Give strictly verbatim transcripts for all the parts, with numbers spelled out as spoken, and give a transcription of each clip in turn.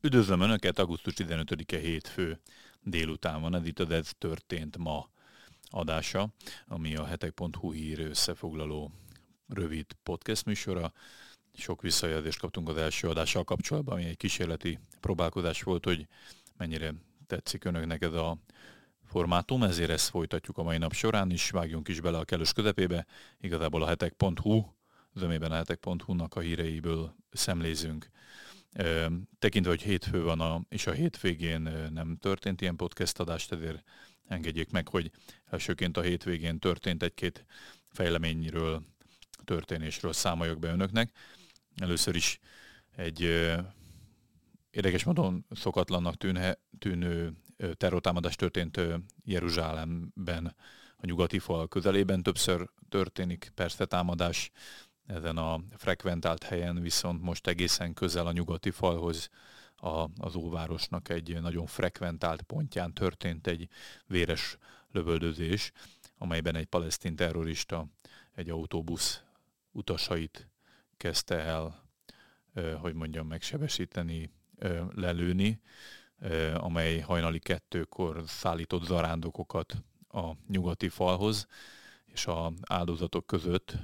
Üdvözlöm Önöket, augusztus tizenötödike hétfő délután van, ez itt az Ez történt ma adása, ami a hetek pont hu hír összefoglaló rövid podcast műsora. Sok visszajelzést kaptunk az első adással kapcsolatban, ami egy kísérleti próbálkozás volt, hogy mennyire tetszik Önöknek ez a formátum, ezért ezt folytatjuk a mai nap során is, vágjunk is bele a kellős közepébe. Igazából a hetek pont hu, zömében a hetek pont hu-nak a híreiből szemlézünk. Tekintve, hogy hétfő van, a, és a hétvégén nem történt ilyen podcast adást, ezért engedjék meg, hogy elsőként a hétvégén történt egy-két fejleményről, történésről számoljak be Önöknek. Először is egy érdekes módon szokatlannak tűnhe, tűnő terrortámadás történt Jeruzsálemben, a nyugati fal közelében. Többször történik persze támadás ezen a frekventált helyen, viszont most egészen közel a nyugati falhoz, a, az óvárosnak egy nagyon frekventált pontján történt egy véres lövöldözés, amelyben egy palesztin terrorista egy autóbusz utasait kezdte el, hogy mondjam, megsebesíteni, lelőni, amely hajnali kettőkor szállított zarándokokat a nyugati falhoz, és az áldozatok között,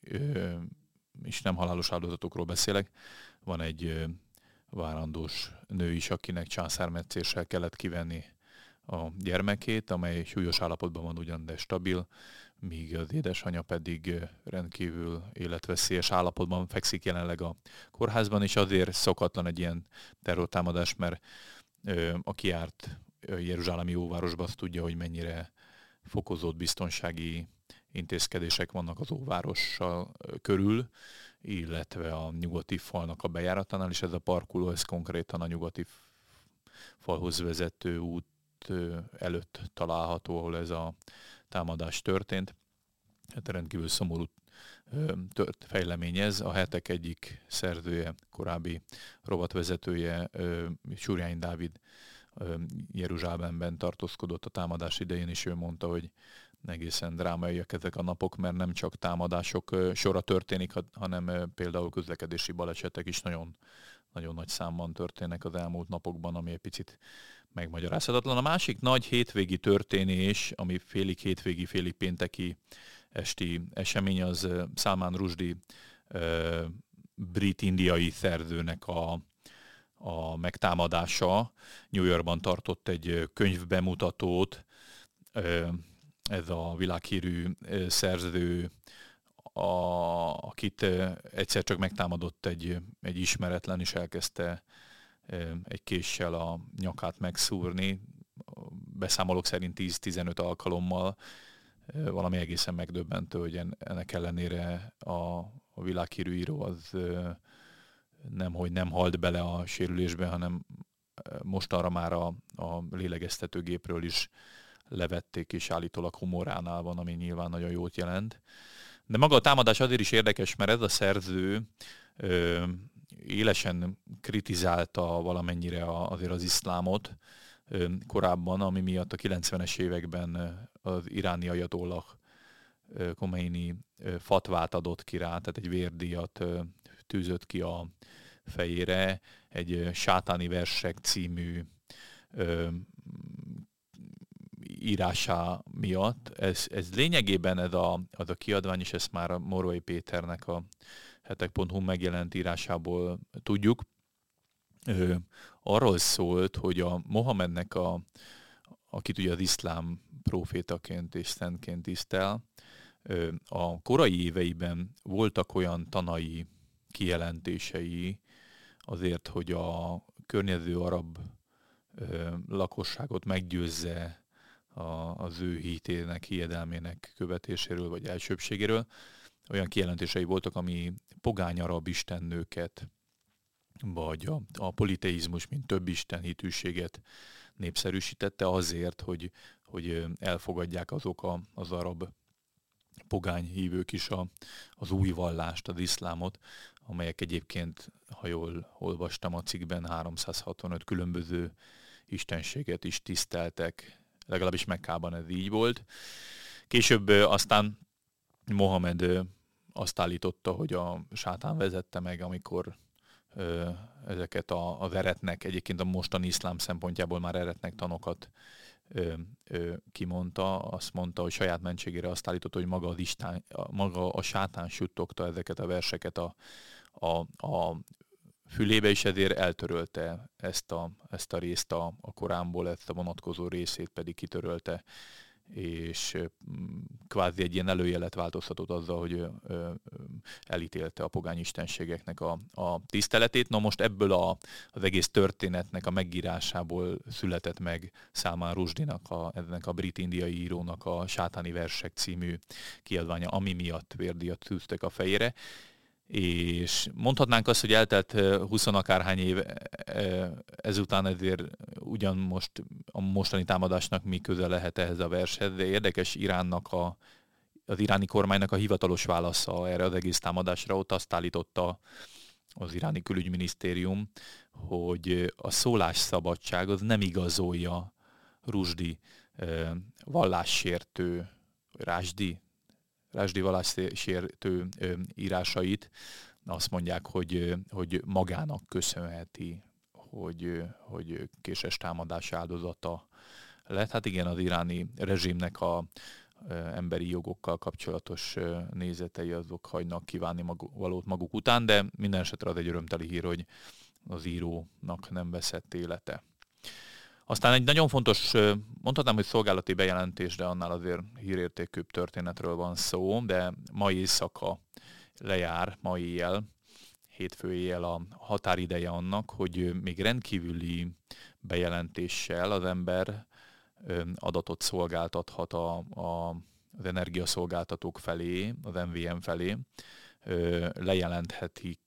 és nem halálos áldozatokról beszélek, van egy várandós nő is, akinek császármetszéssel kellett kivenni a gyermekét, amely súlyos állapotban van ugyan, de stabil, míg az édesanyja pedig rendkívül életveszélyes állapotban fekszik jelenleg a kórházban, és azért szokatlan egy ilyen terrortámadás, mert aki járt jeruzsálemi óvárosba, azt tudja, hogy mennyire fokozott biztonsági intézkedések vannak az óvárossal körül, illetve a nyugati falnak a bejáratánál, és ez a parkoló, ez konkrétan a nyugati falhoz vezető út előtt található, ahol ez a támadás történt. Hát rendkívül szomorú tört fejlemény ez. A hetek egyik szerzője, korábbi rovatvezetője, Surjányi Dávid Jeruzsálemben tartózkodott a támadás idején, és ő mondta, hogy egészen drámaiak ezek a napok, mert nem csak támadások sora történik, hanem például közlekedési balesetek is nagyon, nagyon nagy számban történnek az elmúlt napokban, ami egy picit megmagyarázhatatlan. A másik nagy hétvégi történés, ami félig hétvégi, félig pénteki esti esemény, az Salman Rushdie brit-indiai szerzőnek a, a megtámadása. New Yorkban tartott egy könyvbemutatót, ez a világhírű szerző, a, akit egyszer csak megtámadott egy, egy ismeretlen, és elkezdte egy késsel a nyakát megszúrni. Beszámolók szerint tíz-tizenöt alkalommal, valami egészen megdöbbentő, hogy ennek ellenére a, a világhírű író az nem, hogy nem halt bele a sérülésbe, hanem mostanra már a, a lélegeztetőgépről is levették, és állítólag humoránál van, ami nyilván nagyon jót jelent. De maga a támadás azért is érdekes, mert ez a szerző ö, élesen kritizálta valamennyire a, azért az iszlámot ö, korábban, ami miatt a kilencvenes években az iráni ajatollah Khomeini fatvát adott ki rá, tehát egy vérdíjat ö, tűzött ki a fejére, egy Sátáni versek című ö, írásá miatt. Ez, ez lényegében ez a, az a kiadvány, és ezt már a Morvai Péternek a hetek pont hu megjelent írásából tudjuk. Ö, arról szólt, hogy a Mohamednek, a, akit ugye az iszlám profétaként és szentként tisztel, ö, a korai éveiben voltak olyan tanai kijelentései azért, hogy a környező arab ö, lakosságot meggyőzze A, az ő hitének, hiedelmének követéséről, vagy elsőbségéről. Olyan kijelentései voltak, ami pogány arab istennőket, vagy a, a politeizmus, mint több isten hitűséget népszerűsítette azért, hogy, hogy elfogadják azok a, az arab pogány hívők is a, az új vallást, az iszlámot, amelyek egyébként, ha jól olvastam a cikkben, háromszázhatvanöt különböző istenséget is tiszteltek, legalábbis Mekkában ez így volt. Később aztán Mohamed azt állította, hogy a sátán vezette meg, amikor ezeket a, az eretnek, egyébként a mostani iszlám szempontjából már eretnek tanokat ö, ö, kimondta, azt mondta, hogy saját mentségére azt állította, hogy maga, az Istán, maga a sátán suttogta ezeket a verseket a, a, a fülébe, és ezért eltörölte ezt a, ezt a részt a, a Koránból, ezt a vonatkozó részét pedig kitörölte, és kvázi egy ilyen előjelet változtatott azzal, hogy elítélte a pogány istenségeknek a, a tiszteletét. Na most ebből a, az egész történetnek a megírásából született meg Salman Rushdienak, a, ennek a brit-indiai írónak a Sátáni versek című kiadványa, ami miatt vérdíjat tűztek a fejére. És mondhatnánk azt, hogy eltelt huszonakárhány év ezután, ezért ugyan most a mostani támadásnak mi köze lehet ehhez a vershez, de érdekes Iránnak a, az iráni kormánynak a hivatalos válasza erre az egész támadásra. Ott azt állította az iráni külügyminisztérium, hogy a szólásszabadság az nem igazolja Rushdie vallássértő, Rásdi, Rásdi vallássértő írásait. Azt mondják, hogy, hogy magának köszönheti, hogy, hogy késes támadás áldozata lett. Hát igen, az iráni rezsimnek a emberi jogokkal kapcsolatos nézetei azok hagynak kívánni mag, valót maguk után, de minden esetre az egy örömteli hír, hogy az írónak nem veszett élete. Aztán egy nagyon fontos, mondhatnám, hogy szolgálati bejelentés, de annál azért hírértékűbb történetről van szó, de mai éjszaka lejár, mai éjjel, hétfő éjjel a határideje annak, hogy még rendkívüli bejelentéssel az ember adatot szolgáltathat a, a, az energiaszolgáltatók felé, az em vé em felé, lejelenthetik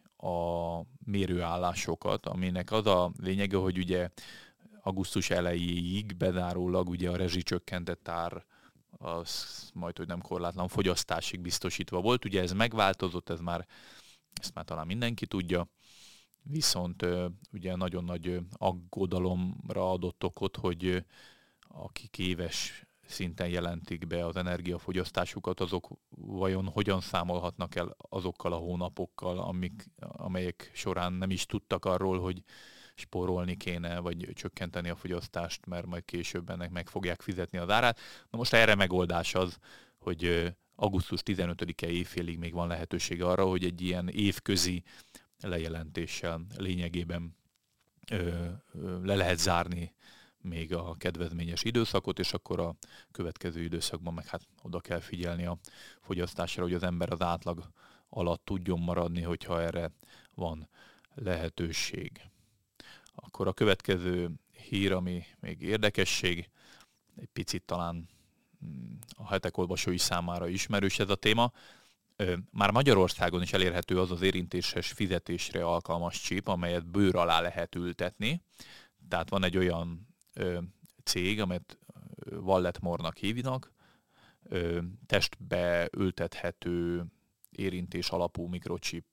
a mérőállásokat, aminek az a lényege, hogy ugye augusztus elejéig bezárólag ugye a rezsicsökkentett ár az majd, hogy nem korlátlan fogyasztásig biztosítva volt. Ugye ez megváltozott, ez már, ezt már talán mindenki tudja, viszont ugye nagyon nagy aggodalomra adott okot, hogy akik éves szinten jelentik be az energiafogyasztásukat, azok vajon hogyan számolhatnak el azokkal a hónapokkal, amik, amelyek során nem is tudtak arról, hogy spórolni kéne, vagy csökkenteni a fogyasztást, mert majd később ennek meg fogják fizetni az árát. Na most erre megoldás az, hogy augusztus tizenötödike évfélig még van lehetőség arra, hogy egy ilyen évközi lejelentéssel lényegében ö, ö, le lehet zárni még a kedvezményes időszakot, és akkor a következő időszakban meg hát oda kell figyelni a fogyasztásra, hogy az ember az átlag alatt tudjon maradni, hogyha erre van lehetőség. Akkor a következő hír, ami még érdekesség, egy picit talán a hetek olvasói számára ismerős ez a téma. Már Magyarországon is elérhető az az érintéses fizetésre alkalmas csíp, amelyet bőr alá lehet ültetni. Tehát van egy olyan cég, amelyet Walletmore-nak hívnak, testbe ültethető érintés alapú mikrochip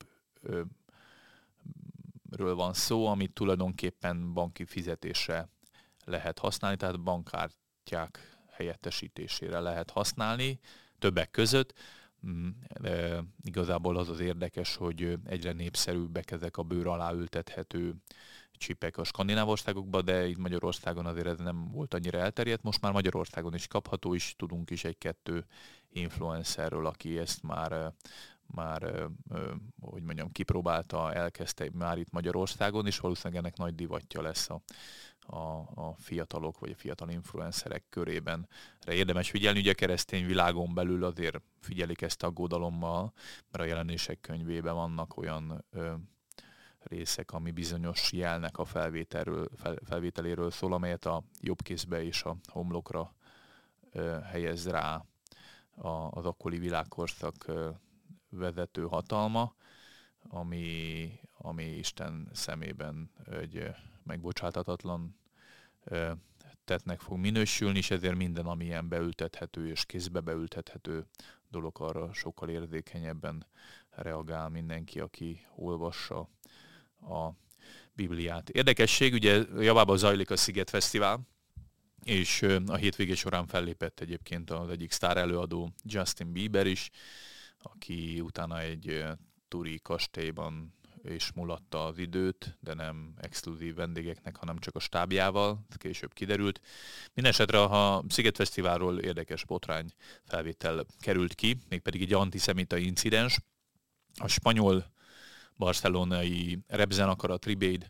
ről van szó, amit tulajdonképpen banki fizetésre lehet használni, tehát bankkártyák helyettesítésére lehet használni, többek között. De igazából az az érdekes, hogy egyre népszerűbbek ezek a bőr alá ültethető csipek a skandináv országokban, de itt Magyarországon azért ez nem volt annyira elterjedt. Most már Magyarországon is kapható, is tudunk is egy-kettő influencerről, aki ezt már már, hogy mondjam, kipróbálta, elkezdte már itt Magyarországon, és valószínűleg ennek nagy divatja lesz a, a, a fiatalok, vagy a fiatal influencerek körében. De érdemes figyelni, ugye a keresztény világon belül azért figyelik ezt aggodalommal, mert a jelenések könyvében vannak olyan ö, részek, ami bizonyos jelnek a felvételről, fel, felvételéről szól, amelyet a jobb kézbe és a homlokra ö, helyez rá a, az akkori világkorszak ö, vezető hatalma, ami, ami Isten szemében egy megbocsátatatlan tettnek fog minősülni, és ezért minden, ami ilyen beültethető és kézbe beültethető dolog, arra sokkal érzékenyebben reagál mindenki, aki olvassa a Bibliát. Érdekesség, ugye javában zajlik a Sziget Fesztivál, és a hétvégé során fellépett egyébként az egyik sztár előadó, Justin Bieber is, aki utána egy turi kastélyban és mulatta az időt, de nem exkluzív vendégeknek, hanem csak a stábjával, ez később kiderült. Mindenesetre a Szigetfesztiválról érdekes botrány felvétel került ki, mégpedig egy antiszemita incidens. A spanyol barcelonai repzenekar, a Tribade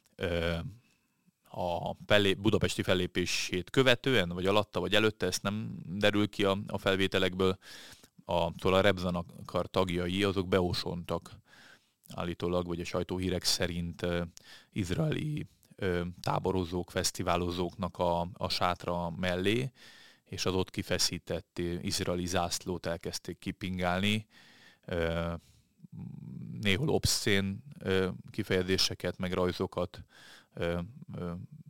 a fellép, budapesti fellépését követően, vagy alatta, vagy előtte, ezt nem derül ki a, a felvételekből, a, a repzenekar tagjai azok beosontak állítólag, vagy a sajtóhírek szerint uh, izraeli uh, táborozók, fesztiválozóknak a, a sátra mellé, és az ott kifeszített uh, izraeli zászlót elkezdték kipingálni, uh, néhol obszcén uh, kifejezéseket, meg rajzokat uh, uh,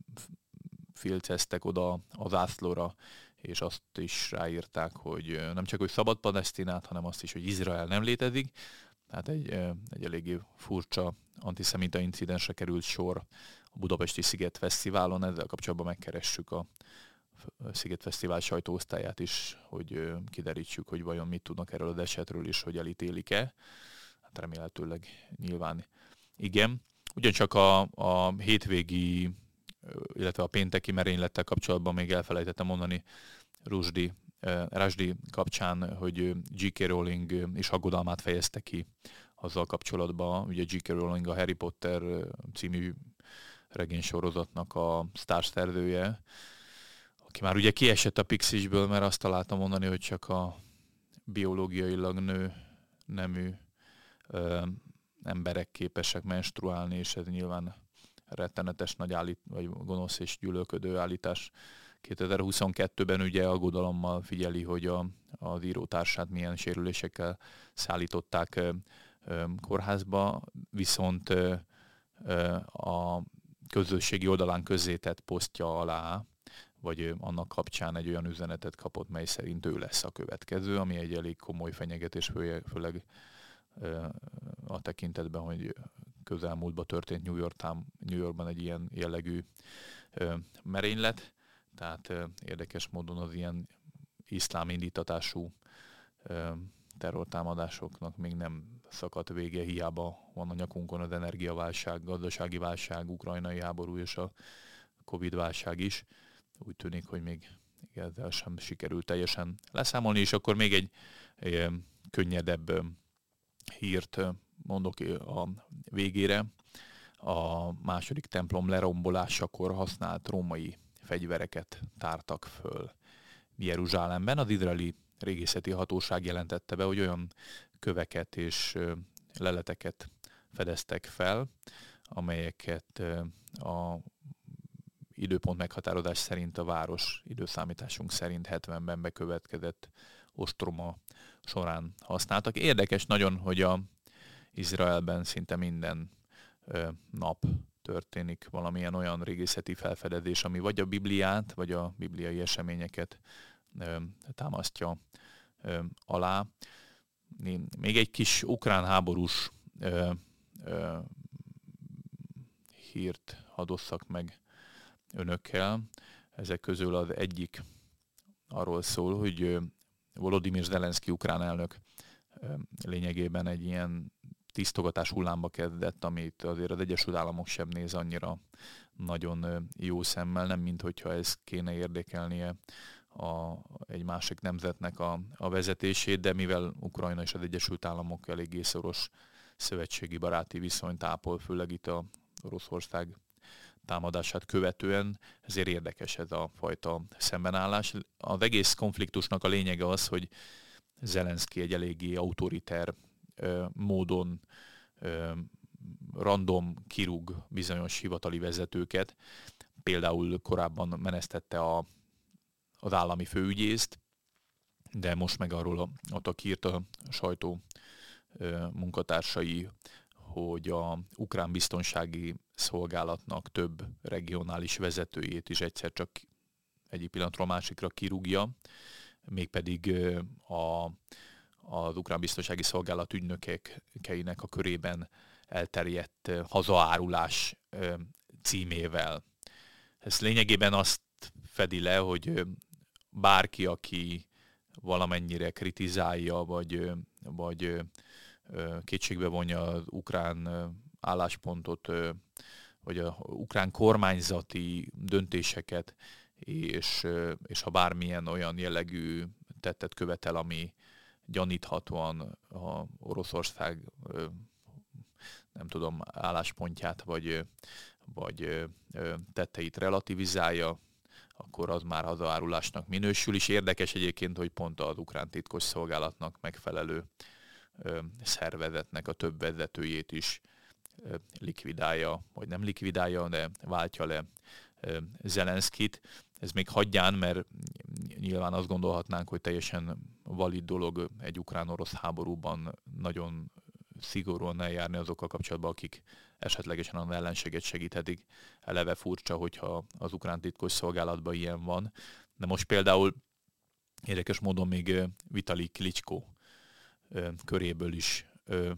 filceztek oda a zászlóra, és azt is ráírták, hogy nem csak, hogy szabad Palesztinát, hanem azt is, hogy Izrael nem létezik. Tehát egy, egy eléggé furcsa antiszemita incidensre került sor a Budapesti Szigetfesztiválon. Ezzel kapcsolatban megkeressük a Szigetfesztivál sajtóosztályát is, hogy kiderítsük, hogy vajon mit tudnak erről az esetről is, hogy elítélik-e. Hát remélhetőleg nyilván igen. Ugyancsak a, a hétvégi, illetve a pénteki merénylettel kapcsolatban még elfelejtettem mondani Rusdi, Rushdie kapcsán, hogy J K. Rowling is aggodalmát fejezte ki azzal kapcsolatban. Ugye J K. Rowling a Harry Potter című regénysorozatnak a sztárszerzője, aki már ugye kiesett a Pixisből, mert azt találtam mondani, hogy csak a biológiailag nő nemű ö, emberek képesek menstruálni, és ez nyilván rettenetes nagy állít, vagy gonosz és gyűlölködő állítás. kétezer-huszonkettőben ugye aggodalommal figyeli, hogy a, az írótársát milyen sérülésekkel szállították ö, ö, kórházba, viszont ö, ö, a közösségi oldalán közzétett posztja alá, vagy ö, annak kapcsán egy olyan üzenetet kapott, mely szerint ő lesz a következő, ami egy elég komoly fenyegetés, fő, főleg ö, a tekintetben, hogy közelmúltban történt New, York, New Yorkban egy ilyen jellegű ö, merénylet. Tehát ö, érdekes módon az ilyen iszlám indítatású ö, terrortámadásoknak még nem szakadt vége, hiába van a nyakunkon az energiaválság, gazdasági válság, ukrajnai háború és a Covid-válság is. Úgy tűnik, hogy még ezzel sem sikerült teljesen leszámolni, és akkor még egy, egy könnyedebb ö, hírt mondok a végére. A második templom lerombolásakor használt római fegyvereket tártak föl Jeruzsálemben. Az izraeli régészeti hatóság jelentette be, hogy olyan köveket és leleteket fedeztek fel, amelyeket a időpont meghatározás szerint a város időszámításunk szerint hetvenben bekövetkezett ostroma során használtak. Érdekes nagyon, hogy a Izraelben szinte minden ö, nap történik valamilyen olyan régészeti felfedezés, ami vagy a Bibliát, vagy a bibliai eseményeket ö, támasztja ö, alá. Még egy kis ukrán háborús ö, ö, hírt hadosszak meg önökkel. Ezek közül az egyik arról szól, hogy Volodymyr Zelenszky ukrán elnök lényegében egy ilyen tisztogatás hullámba kezdett, amit azért az Egyesült Államok sem néz annyira nagyon jó szemmel, nem mint hogyha ez kéne érdekelnie a, egy másik nemzetnek a, a vezetését, de mivel Ukrajna és az Egyesült Államok eléggé szoros szövetségi baráti viszonyt ápol, főleg itt a Oroszország támadását követően, ezért érdekes ez a fajta szembenállás. Az egész konfliktusnak a lényege az, hogy Zelenszky egy eléggé autoriter ö, módon ö, random kirúg bizonyos hivatali vezetőket. Például korábban menesztette a, az állami főügyészt, de most meg arról adtak hírt a sajtó ö, munkatársai, hogy a ukrán biztonsági szolgálatnak több regionális vezetőjét is egyszer csak egyik pillanatról másikra kirúgja, mégpedig a, az ukrán biztonsági szolgálat ügynökeinek a körében elterjedt hazaárulás címével. Ez lényegében azt fedi le, hogy bárki, aki valamennyire kritizálja, vagy, vagy kétségbe vonja az ukrán álláspontot, vagy a ukrán kormányzati döntéseket, és, és ha bármilyen olyan jellegű tettet követel, ami gyaníthatóan a Oroszország nem tudom, álláspontját vagy, vagy tetteit relativizálja, akkor az már hazaárulásnak minősül is. Érdekes egyébként, hogy pont az ukrán titkosszolgálatnak megfelelő szervezetnek a több vezetőjét is likvidálja, vagy nem likvidálja, de váltja le Zelenszkit. Ez még hagyján, mert nyilván azt gondolhatnánk, hogy teljesen valid dolog egy ukrán-orosz háborúban nagyon szigorúan eljárni azokkal kapcsolatban, akik esetlegesen az ellenséget segíthetik. Eleve furcsa, hogyha az ukrán titkosszolgálatban ilyen van. De most például érdekes módon még Vitali Klitschko köréből is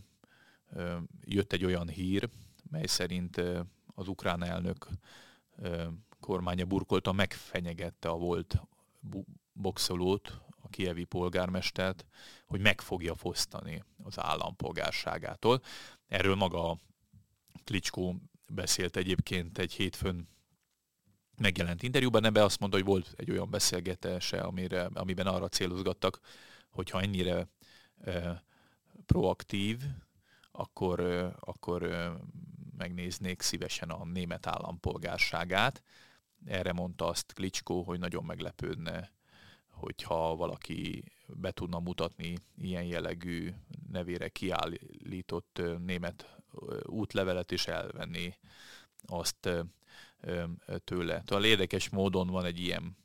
jött egy olyan hír, mely szerint az ukrán elnök kormánya burkolta, megfenyegette a volt boxolót, a kijevi polgármestert, hogy meg fogja fosztani az állampolgárságától. Erről maga Klitschko beszélt egyébként egy hétfőn megjelent interjúban, ebben azt mondta, hogy volt egy olyan beszélgetése, amire, amiben arra célozgattak, hogy ha ennyire eh, proaktív, akkor, eh, akkor eh, megnéznék szívesen a német állampolgárságát. Erre mondta azt Klitschko, hogy nagyon meglepődne, hogyha valaki be tudna mutatni ilyen jellegű nevére kiállított német útlevelet, és elvenni azt tőle. Talán érdekes módon van egy ilyen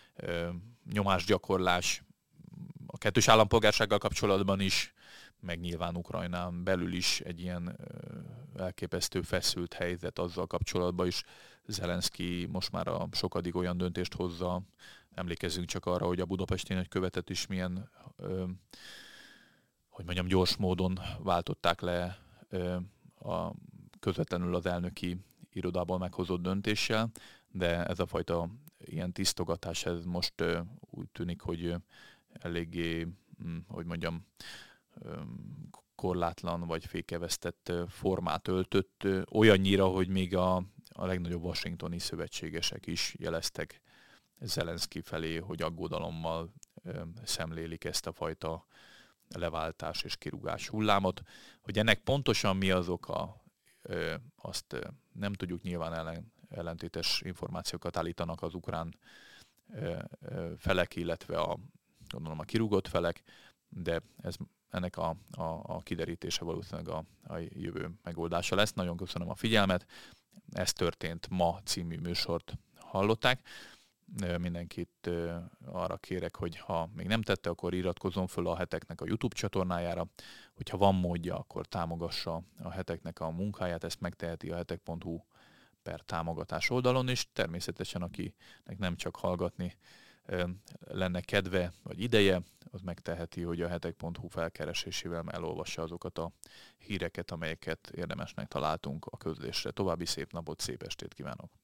nyomásgyakorlás a kettős állampolgársággal kapcsolatban is, meg nyilván Ukrajnán belül is egy ilyen elképesztő feszült helyzet azzal kapcsolatban is. Zelenszky most már a sokadik olyan döntést hozza, emlékezzünk csak arra, hogy a budapesti nagykövetet is milyen, ö, hogy mondjam, gyors módon váltották le ö, a közvetlenül az elnöki irodából meghozott döntéssel, de ez a fajta ilyen tisztogatás, ez most ö, úgy tűnik, hogy eléggé, hm, hogy mondjam, ö, korlátlan vagy fékevesztett formát öltött, ö, olyannyira, hogy még a, a legnagyobb washingtoni szövetségesek is jeleztek Zelenszky felé, hogy aggodalommal ö, szemlélik ezt a fajta leváltás és kirúgás hullámot. Hogy ennek pontosan mi az oka, ö, azt ö, nem tudjuk, nyilván ellen, ellentétes információkat állítanak az ukrán ö, ö, felek, illetve a, gondolom a kirúgott felek, de ez, ennek a, a, a kiderítése valószínűleg a, a jövő megoldása lesz. Nagyon köszönöm a figyelmet. Ez történt ma című műsort hallották. Mindenkit arra kérek, hogy ha még nem tette, akkor iratkozzon föl a Heteknek a YouTube csatornájára. Hogyha van módja, akkor támogassa a Heteknek a munkáját, ezt megteheti a hetek pont hu per támogatás oldalon, és természetesen akinek nem csak hallgatni lenne kedve vagy ideje, az megteheti, hogy a hetek pont hu felkeresésével elolvassa azokat a híreket, amelyeket érdemesnek találtunk a közlésre. További szép napot, szép estét kívánok!